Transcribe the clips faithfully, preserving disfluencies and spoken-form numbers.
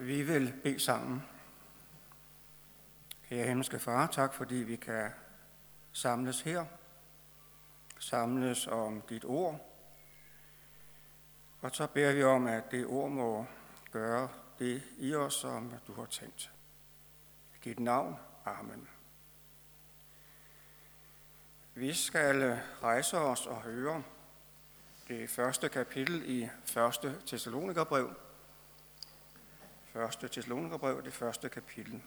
Vi vil bede sammen. Kære himmelske Far, tak fordi vi kan samles her, samles om dit ord. Og så beder vi om, at det ord må gøre det i os, som du har tænkt. I dit navn. Amen. Vi skal rejse os og høre det første kapitel i første Thessalonikerbrev. Første Thessalonikerbrev, det første kapitel.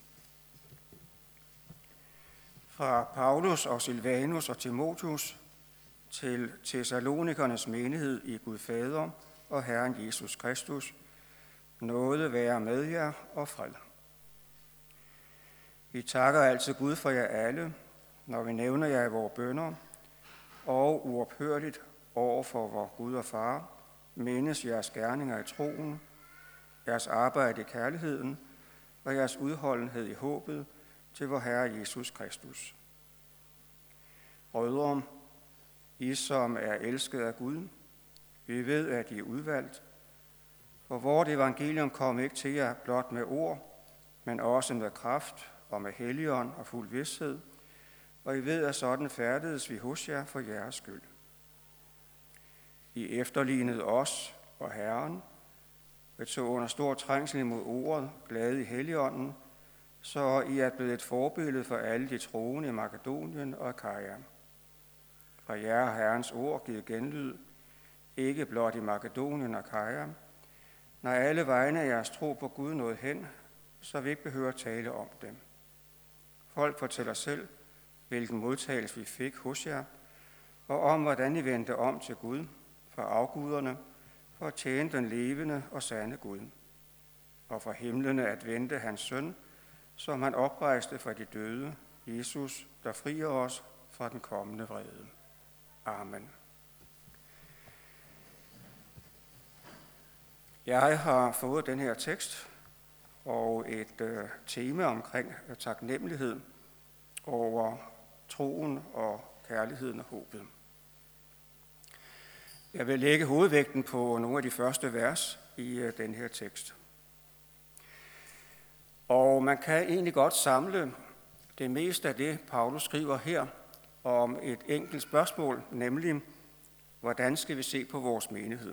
Fra Paulus og Silvanus og Timotheus til Thessalonikernes menighed i Gud Fader og Herren Jesus Kristus. Nåde være med jer og fred. Vi takker altid Gud for jer alle, når vi nævner jer i vores bønner, og uophørligt over for vor Gud og Far, mindes jeres gerninger i troen, jeres arbejde i kærligheden og jeres udholdenhed i håbet til vor Herre Jesus Kristus. Brødre, I som er elsket af Gud, vi ved, at I er udvalgt, for vort evangelium kom ikke til jer blot med ord, men også med kraft og med helligånd og fuld vished, og I ved, at sådan færdedes vi hos jer for jeres skyld. I efterlignede os og Herren, og tog under stor trængsel imod ordet, glade i Helligånden, så I er blevet et forbillede for alle de troende i Makedonien og Akaja. Fra jer har Herrens ord givet genlyd, ikke blot i Makedonien og Akaja, når alle vegne af jeres tro på Gud nåede hen, så vi ikke behøver at tale om dem. Folk fortæller selv, hvilken modtagelse vi fik hos jer, og om, hvordan I vendte om til Gud fra afguderne, for at tjene den levende og sande Gud, og fra himlene at vente hans søn, som han oprejste fra de døde, Jesus, der frier os fra den kommende vrede. Amen. Jeg har fået den her tekst og et øh, tema omkring taknemmelighed over troen og kærligheden og håbet. Jeg vil lægge hovedvægten på nogle af de første vers i øh, den her tekst. Og man kan egentlig godt samle det meste af det, Paulus skriver her, om et enkelt spørgsmål, nemlig, hvordan skal vi se på vores menighed?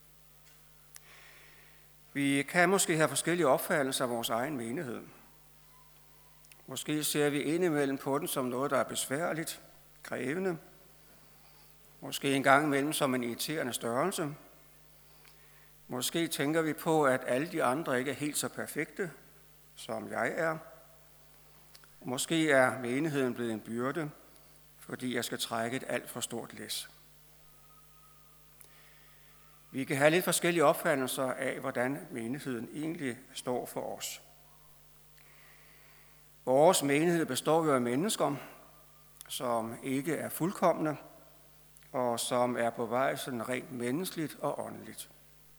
Vi kan måske have forskellige opfattelser af vores egen menighed. Måske ser vi indimellem på den som noget, der er besværligt, krævende. Måske en gang imellem som en irriterende størrelse. Måske tænker vi på, at alle de andre ikke er helt så perfekte, som jeg er. Måske er menigheden blevet en byrde, fordi jeg skal trække et alt for stort læs. Vi kan have lidt forskellige opfattelser af, hvordan menigheden egentlig står for os. Vores menighed består jo af mennesker, som ikke er fuldkomne, og som er på vej sådan rent menneskeligt og åndeligt.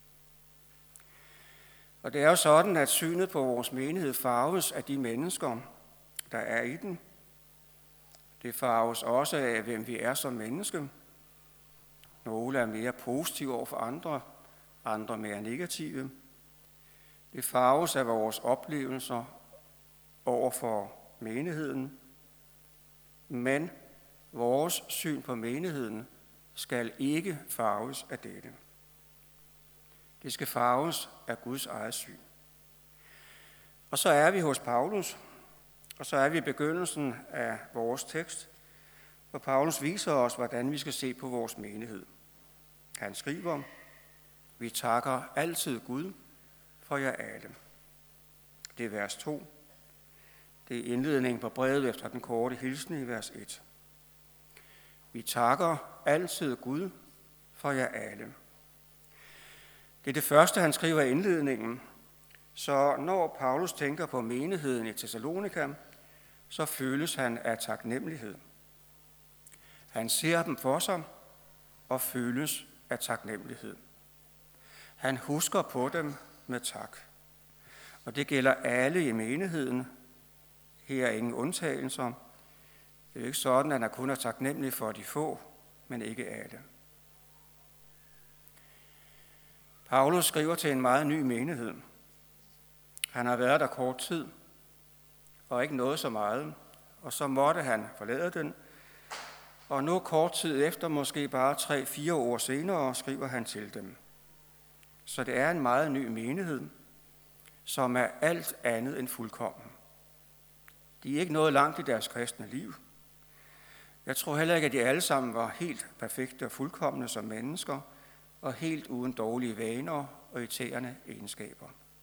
Og det er jo sådan, at synet på vores menighed farves af de mennesker, der er i den. Det farves også af, hvem vi er som menneske. Nogle er mere positive over for andre, andre mere negative. Det farves af vores oplevelser over for menigheden. Men vores syn på menigheden skal ikke farves af dette. Det skal farves af Guds eget syn. Og så er vi hos Paulus, og så er vi i begyndelsen af vores tekst, hvor Paulus viser os, hvordan vi skal se på vores menighed. Han skriver, vi takker altid Gud for jer alle. Det er vers to. Det er indledningen på brevet efter den korte hilsen i vers et. Vi takker altid Gud for jer alle. Det er det første, han skriver i indledningen. Så når Paulus tænker på menigheden i Thessalonika, så føles han af taknemmelighed. Han ser dem for sig og føles af taknemmelighed. Han husker på dem med tak. Og det gælder alle i menigheden. Her er ingen undtagelser. Det er jo ikke sådan, at han kun er taknemmelig for de få, men ikke alle. Paulus skriver til en meget ny menighed. Han har været der kort tid, og ikke noget så meget, og så måtte han forlade den. Og nu kort tid efter, måske bare tre-fire år senere, skriver han til dem. Så det er en meget ny menighed, som er alt andet end fuldkommen. De er ikke nået langt i deres kristne liv. Jeg tror heller ikke, at de alle sammen var helt perfekte og fuldkomne som mennesker, og helt uden dårlige vaner og irriterende egenskaber.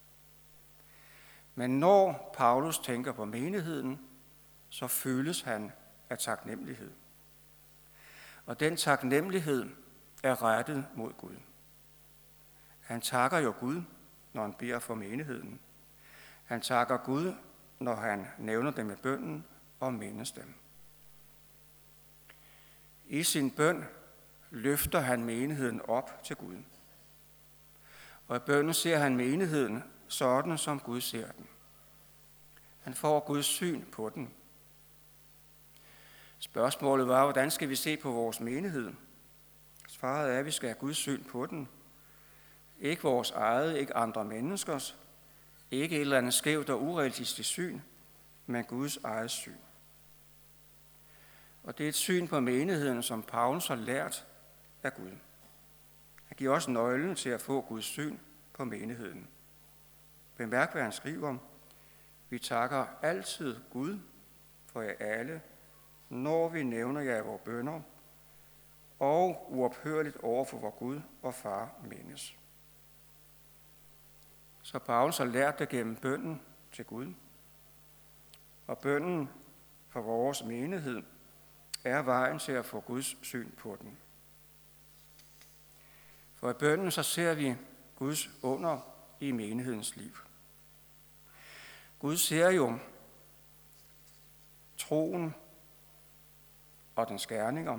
Men når Paulus tænker på menigheden, så føles han af taknemmelighed. Og den taknemmelighed er rettet mod Gud. Han takker jo Gud, når han beder for menigheden. Han takker Gud, når han nævner dem i bønnen og mindes dem. I sin bøn løfter han menigheden op til Gud. Og i bønnen ser han menigheden sådan, som Gud ser den. Han får Guds syn på den. Spørgsmålet var, hvordan skal vi se på vores menighed? Svaret er, at vi skal have Guds syn på den. Ikke vores eget, ikke andre menneskers, ikke et eller andet skævt og urealistisk syn, men Guds eget syn. Og det er et syn på menigheden, som Paulus har lært af Gud. Han giver også nøglen til at få Guds syn på menigheden. Bemærk, hvad han skriver. Vi takker altid Gud for jer alle, når vi nævner jer vores bønner, og uophørligt over for vor Gud og Far mindes. Så Paulus har lært det gennem bønnen til Gud. Og bønnen for vores menighed er vejen til at få Guds syn på den. For i bønnen så ser vi Guds under i menighedens liv. Gud ser jo troen og dens gerninger.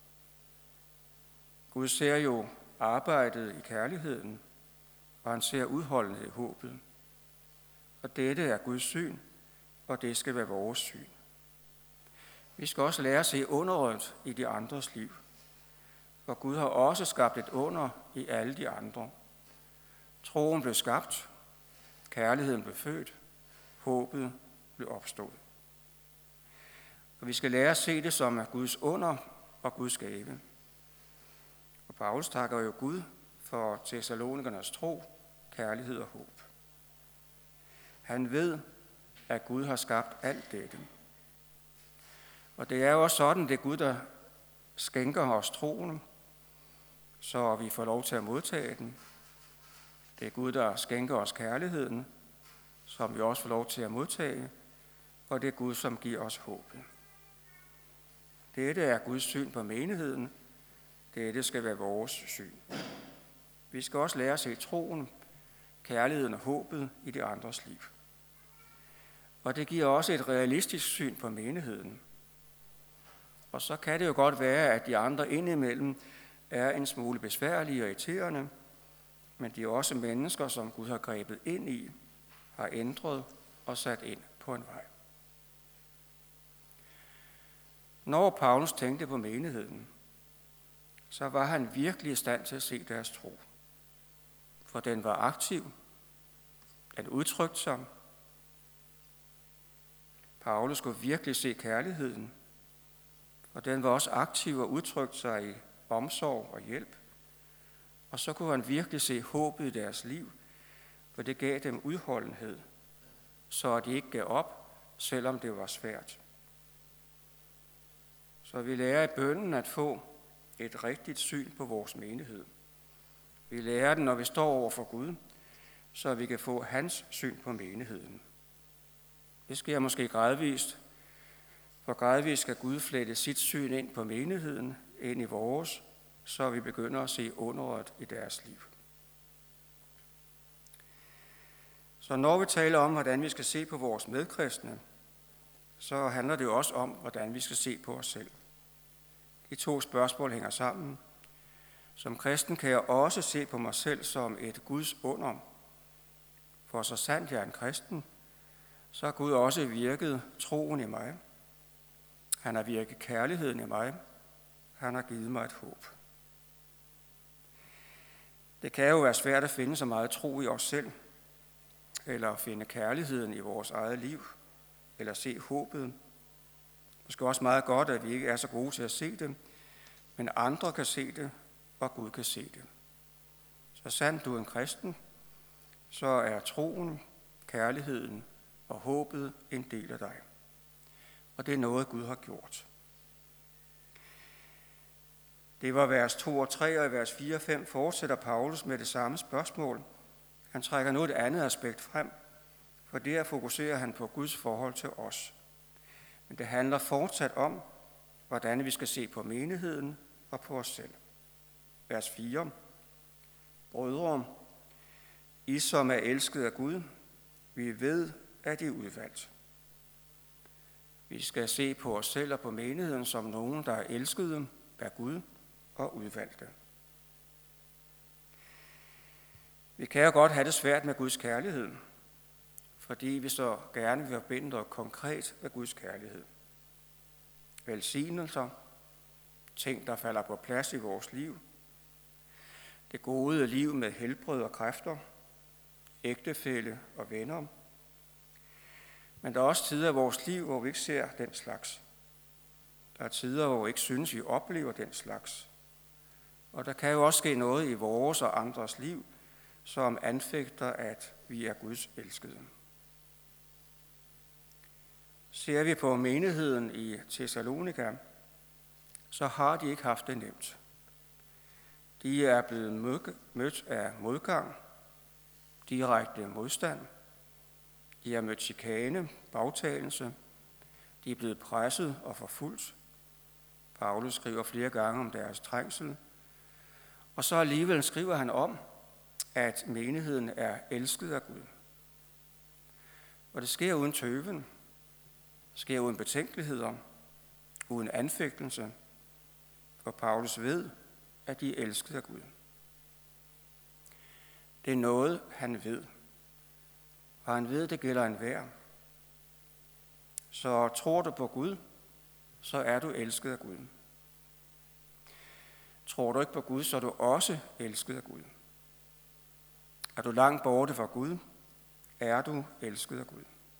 Gud ser jo arbejdet i kærligheden, og han ser udholdenhed i håbet. Og dette er Guds syn, og det skal være vores syn. Vi skal også lære at se underet i de andres liv. For Gud har også skabt et under i alle de andre. Troen blev skabt, kærligheden blev født, håbet blev opstået. Og vi skal lære at se det som Guds under og Guds gave. Og Paulus takker jo Gud for Thessalonikernes tro, kærlighed og håb. Han ved, at Gud har skabt alt dette. Og det er jo også sådan, det er Gud, der skænker os troen, så vi får lov til at modtage den. Det er Gud, der skænker os kærligheden, som vi også får lov til at modtage. Og det er Gud, som giver os håbet. Dette er Guds syn på menigheden. Dette skal være vores syn. Vi skal også lære at se troen, kærligheden og håbet i de andres liv. Og det giver også et realistisk syn på menigheden. Og så kan det jo godt være, at de andre indimellem er en smule besværlige og irriterende, men de er også mennesker, som Gud har grebet ind i, har ændret og sat ind på en vej. Når Paulus tænkte på menigheden, så var han virkelig i stand til at se deres tro. For den var aktiv, den udtrykte sig. Paulus skulle virkelig se kærligheden, og den var også aktiv og udtrykte sig i omsorg og hjælp. Og så kunne han virkelig se håbet i deres liv, for det gav dem udholdenhed, så de ikke gav op, selvom det var svært. Så vi lærer i bønnen at få et rigtigt syn på vores menighed. Vi lærer den, når vi står over for Gud, så vi kan få hans syn på menigheden. Det sker måske gradvist, for gradvist skal Gud flette sit syn ind på menigheden, ind i vores, så vi begynder at se underet i deres liv. Så når vi taler om, hvordan vi skal se på vores medkristne, så handler det jo også om, hvordan vi skal se på os selv. De to spørgsmål hænger sammen. Som kristen kan jeg også se på mig selv som et Guds under. For så sandt jeg er en kristen, så har Gud også virket troen i mig. Han har virket kærligheden i mig. Han har givet mig et håb. Det kan jo være svært at finde så meget tro i os selv. eller finde kærligheden i vores eget liv, eller se håbet. Måske også meget godt, at vi ikke er så gode til at se det, men andre kan se det, og Gud kan se det. Så sandt du er en kristen, så er troen, kærligheden og håbet en del af dig. Og det er noget, Gud har gjort. Det var vers to og tre, og i vers fire og fem fortsætter Paulus med det samme spørgsmål. Han trækker nu et andet aspekt frem, for der fokuserer han på Guds forhold til os. Men det handler fortsat om, hvordan vi skal se på menigheden og på os selv. Vers fire. Brødre, I som er elsket af Gud, vi ved, at I er udvalgt. Vi skal se på os selv og på menigheden som nogen, der er elskede af Gud og udvalgte. Vi kan jo godt have det svært med Guds kærlighed, fordi vi så gerne vil forbinde noget konkret med Guds kærlighed. Velsignelser, ting, der falder på plads i vores liv, det gode liv med helbred og kræfter, ægtefælle og venner. Men der er også tider i vores liv, hvor vi ikke ser den slags. Der er tider, hvor vi ikke synes, vi oplever den slags. Og der kan jo også ske noget i vores og andres liv, som anfægter, at vi er Guds elskede. Ser vi på menigheden i Thessalonika, så har de ikke haft det nemt. De er blevet mødt af modgang, direkte modstand. De har mødt chikane, bagtalelse. De er blevet presset og forfulgt. Paulus skriver flere gange om deres trængsel. Og så alligevel skriver han om, at menigheden er elsket af Gud. Og det sker uden tøven. Det sker uden betænkeligheder, uden anfægtelse. For Paulus ved, at de er elsket af Gud. Det er noget, han ved. Og han ved, det gælder enhver. Så tror du på Gud, så er du elsket af Gud. Tror du ikke på Gud, så er du også elsket af Gud. Er du langt borte fra Gud, er du elsket af Gud.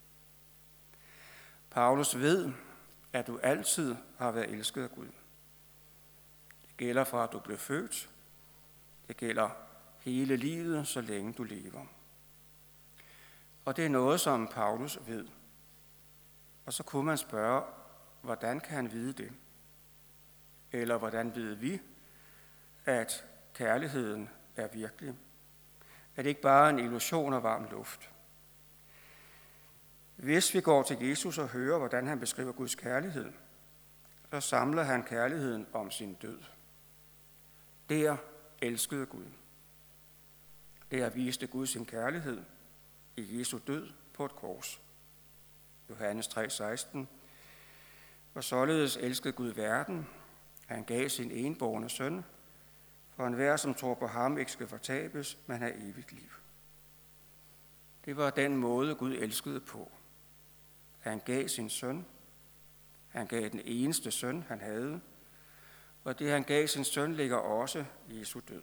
Paulus ved, at du altid har været elsket af Gud. Det gælder fra, at du blev født. Det gælder hele livet, så længe du lever. Og det er noget, som Paulus ved. Og så kunne man spørge, hvordan kan han vide det? Eller hvordan ved vi, at kærligheden er virkelig? Er det ikke bare en illusion af varm luft? Hvis vi går til Jesus og hører, hvordan han beskriver Guds kærlighed, så samler han kærligheden om sin død. Der elskede Gud. Der viste Gud sin kærlighed i Jesu død på et kors. Johannes tre seksten. Og således elskede Gud verden, at han gav sin enbårne søn, for enhver, som tror på ham, ikke skal fortabes, men have evigt liv. Det var den måde, Gud elskede på. Han gav sin søn. Han gav den eneste søn, han havde. Og det, han gav sin søn, ligger også i Jesu død.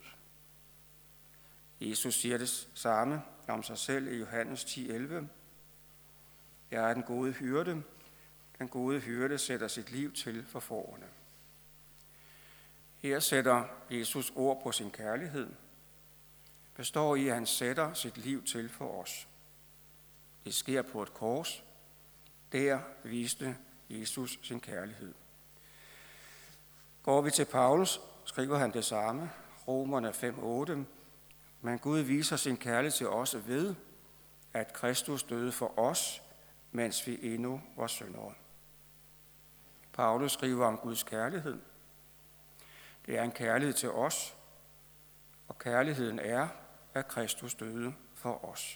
Jesus siger det samme om sig selv i Johannes ti elleve. Jeg er den gode hyrde. Den gode hyrde sætter sit liv til for fårene. Her sætter Jesus ord på sin kærlighed. Består i, at han sætter sit liv til for os. Det sker på et kors. Der viste Jesus sin kærlighed. Går vi til Paulus, skriver han det samme. Romerne fem otte. Men Gud viser sin kærlighed til os ved, at Kristus døde for os, mens vi endnu var syndere. Paulus skriver om Guds kærlighed. Det er en kærlighed til os, og kærligheden er, at Kristus døde for os.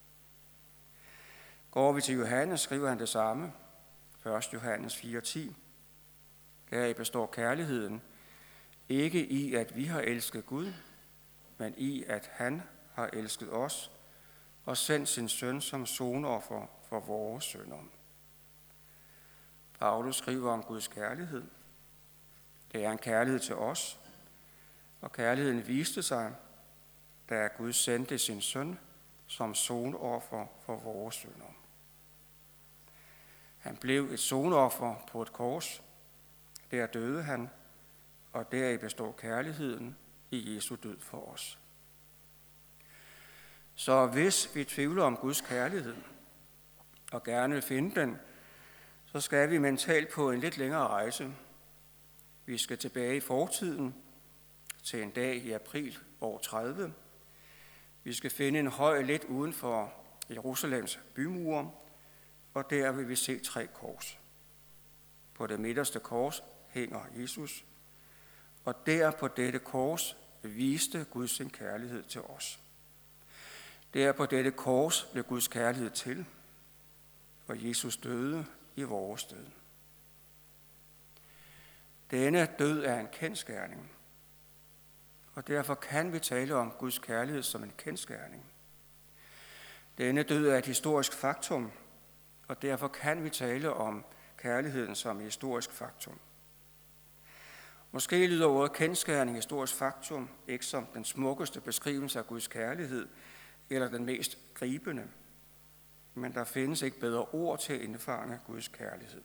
Går vi til Johannes, skriver han det samme. første Johannes fire ti. Deri består kærligheden ikke i, at vi har elsket Gud, men i, at han har elsket os og sendt sin søn som sonoffer for vores synder. Paulus skriver om Guds kærlighed. Det er en kærlighed til os, og kærligheden viste sig, da Gud sendte sin søn som sonoffer for vores synder. Han blev et sonoffer på et kors. Der døde han, og deri består kærligheden i Jesu død for os. Så hvis vi tvivler om Guds kærlighed, og gerne vil finde den, så skal vi mentalt på en lidt længere rejse. Vi skal tilbage i fortiden til en dag i april år tredive. Vi skal finde en høj lidt uden for Jerusalems bymure, og der vil vi se tre kors. På det midterste kors hænger Jesus, og der på dette kors viste Gud sin kærlighed til os. Der på dette kors blev Guds kærlighed til, og Jesus døde i vores sted. Denne død er en kendsgerning, og derfor kan vi tale om Guds kærlighed som en kendsgerning. Denne død er et historisk faktum, og derfor kan vi tale om kærligheden som et historisk faktum. Måske lyder ordet kendsgerning, historisk faktum, ikke som den smukkeste beskrivelse af Guds kærlighed, eller den mest gribende, men der findes ikke bedre ord til at indfange Guds kærlighed.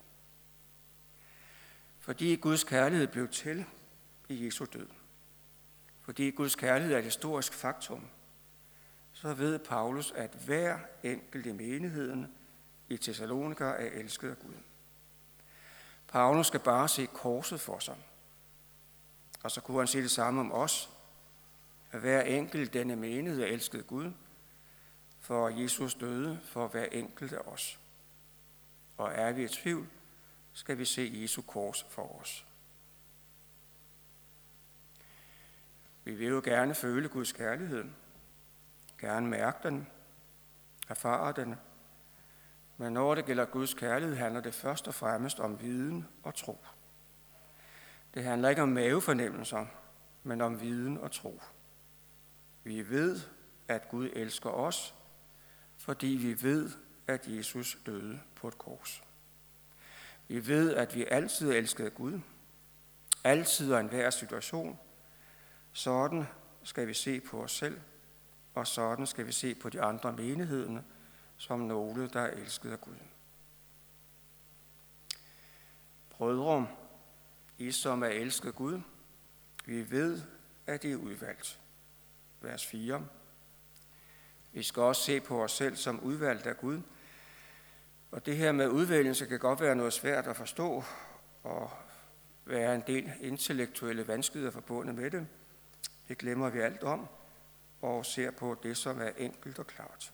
Fordi Guds kærlighed blev til i Jesu død, fordi Guds kærlighed er et historisk faktum, så ved Paulus, at hver enkelt i menigheden i Thessalonika er elsket af Gud. Paulus skal bare se korset for sig, og så kunne han sige det samme om os, at hver enkelt denne menighed er elsket af Gud, for Jesus døde for hver enkelt af os. Og er vi i tvivl, skal vi se Jesu kors for os. Vi vil jo gerne føle Guds kærlighed, gerne mærke den, erfare den, men når det gælder Guds kærlighed, handler det først og fremmest om viden og tro. Det handler ikke om mavefornemmelser, men om viden og tro. Vi ved, at Gud elsker os, fordi vi ved, at Jesus døde på et kors. Vi ved, at vi altid elskede Gud, altid og enhver situation. Sådan skal vi se på os selv, og sådan skal vi se på de andre menigheder, som nogle, der er elsket af Gud. Brødre, I som er elsket af Gud, vi ved, at I er udvalgt. Vers fire. Vi skal også se på os selv som udvalgt af Gud. Og det her med udvælgelse kan godt være noget svært at forstå, og være en del intellektuelle vanskeligheder forbundet med det. Det glemmer vi alt om, og ser på det, som er enkelt og klart.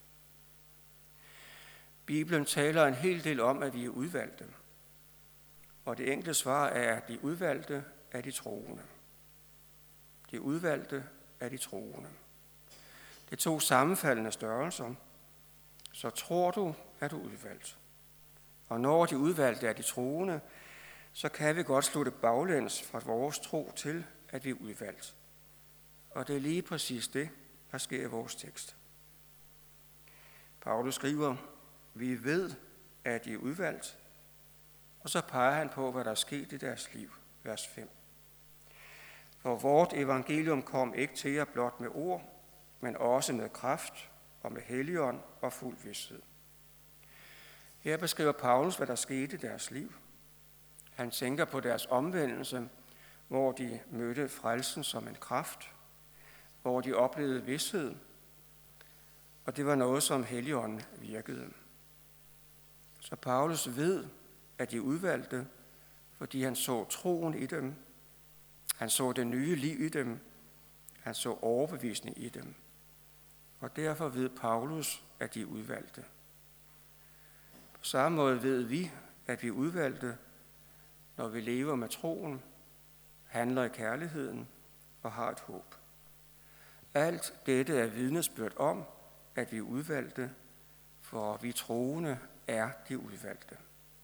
Bibelen taler en hel del om, at vi er udvalgte. Og det enkle svar er, at de udvalgte er de troende. De udvalgte er de troende. Det er to sammenfaldende størrelser. Så tror du, at du er udvalgt. Og når de udvalgte er de troende, så kan vi godt slutte baglæns fra vores tro til, at vi er udvalgt. Og det er lige præcis det, der sker i vores tekst. Paulus skriver, vi ved, at de er udvalgt, og så peger han på, hvad der er sket i deres liv. Vers fem. For vort evangelium kom ikke til jer blot med ord, men også med kraft og med helligånd og fuld vished. Her beskriver Paulus, hvad der skete i deres liv. Han tænker på deres omvendelse, hvor de mødte frelsen som en kraft, hvor de oplevede vished, og det var noget, som Helligånden virkede. Så Paulus ved, at de udvalgte, fordi han så troen i dem, han så det nye liv i dem, han så overbevisning i dem. Og derfor ved Paulus, at de er udvalgte. På samme måde ved vi, at vi er udvalgte, når vi lever med troen, handler i kærligheden og har et håb. Alt dette er vidnesbyrd om, at vi er udvalgte, for vi troende er de udvalgte.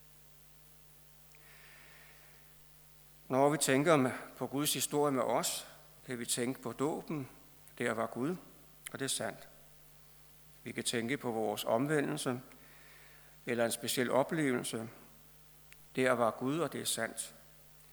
Når vi tænker på Guds historie med os, kan vi tænke på dåben, der var Gud, og det er sandt. Vi kan tænke på vores omvendelse, eller en speciel oplevelse, der var Gud, og det er sandt.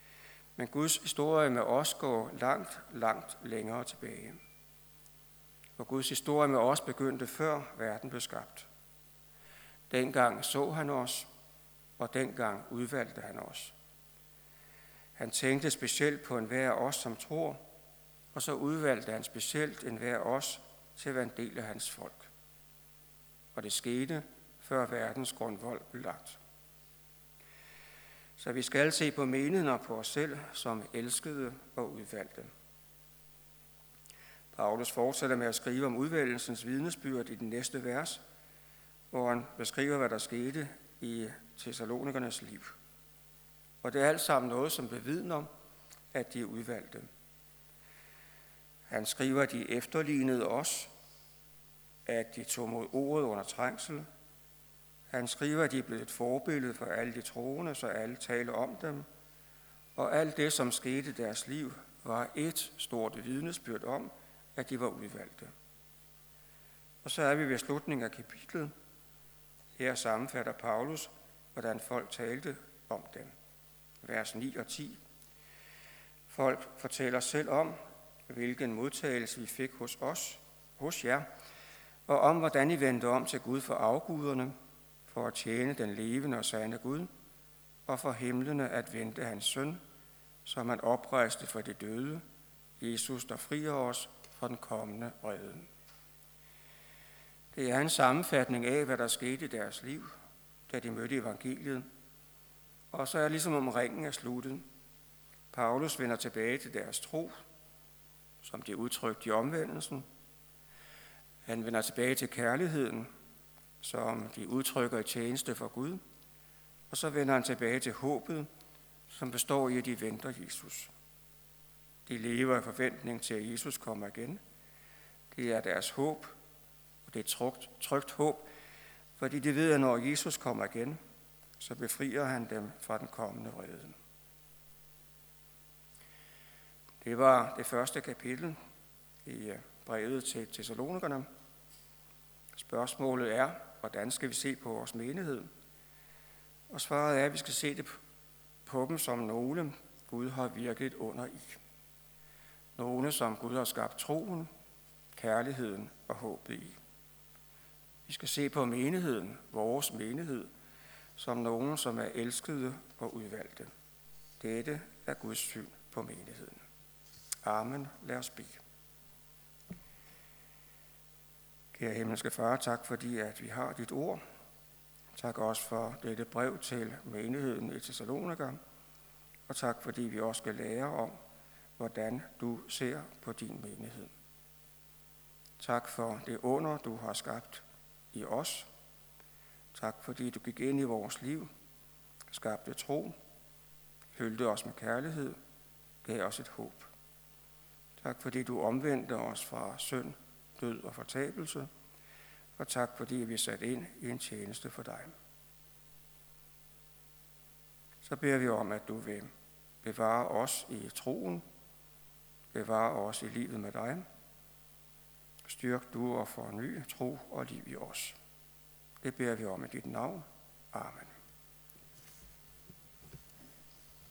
Men Guds historie med os går langt, langt længere tilbage. For Guds historie med os begyndte før verden blev skabt. Dengang så han os, og dengang udvalgte han os. Han tænkte specielt på enhver af os, som tror, og så udvalgte han specielt enhver af os til at være en del af hans folk. Og det skete, før verdens grundvold blev lagt. Så vi skal se på menigheden og på os selv som elskede og udvalgte. Paulus fortsætter med at skrive om udvælgelsens vidnesbyrd i den næste vers, hvor han beskriver, hvad der skete i Thessalonikernes liv. Og det er alt sammen noget, som bevidner, at de er udvalgte. Han skriver, at de efterlignede os, at de tog mod ordet under trængsel. Han skriver, at de er blevet et forbillede for alle de troende, så alle taler om dem. Og alt det, som skete i deres liv, var et stort vidnesbyrd om, at de var udvalgte. Og så er vi ved slutningen af kapitlet. Her sammenfatter Paulus, hvordan folk talte om dem. Vers ni og ti. Folk fortæller selv om, hvilken modtagelse vi fik hos os, hos jer, og om, hvordan I vendte om til Gud for afguderne, for at tjene den levende og sande Gud, og for himlene at vente hans søn, som han oprejste for de døde, Jesus, der frier os fra den kommende vrede. Det er en sammenfatning af, hvad der skete i deres liv, da de mødte evangeliet, og så er det ligesom om ringen er sluttet. Paulus vender tilbage til deres tro, som de udtrykte i omvendelsen. Han vender tilbage til kærligheden, som de udtrykker i tjeneste for Gud. Og så vender han tilbage til håbet, som består i, at de venter Jesus. De lever i forventning til, at Jesus kommer igen. Det er deres håb, og det er et trygt, trygt håb, fordi de ved, at når Jesus kommer igen, så befrier han dem fra den kommende vrede. Det var det første kapitel i brevet til Thessalonikerne. Spørgsmålet er, hvordan skal vi se på vores menighed? Og svaret er, at vi skal se det på dem som nogle, Gud har virket under i. Nogle, som Gud har skabt troen, kærligheden og håbet i. Vi skal se på menigheden, vores menighed, som nogen, som er elskede og udvalgte. Dette er Guds syn på menigheden. Amen. Lad os bede. Kære himmelske Far, tak fordi, at vi har dit ord. Tak også for dette brev til menigheden i Thessalonika. Og tak fordi vi også skal lære om, hvordan du ser på din menighed. Tak for det under, du har skabt i os. Tak fordi du gik ind i vores liv, skabte tro, fyldte os med kærlighed, gav os et håb. Tak fordi du omvendte os fra synd, død og fortabelse, og tak fordi vi er sat ind i en tjeneste for dig. Så beder vi om, at du vil bevare os i troen, bevare os i livet med dig. Styrk du og forny tro og liv i os. Det beder vi om i dit navn. Amen.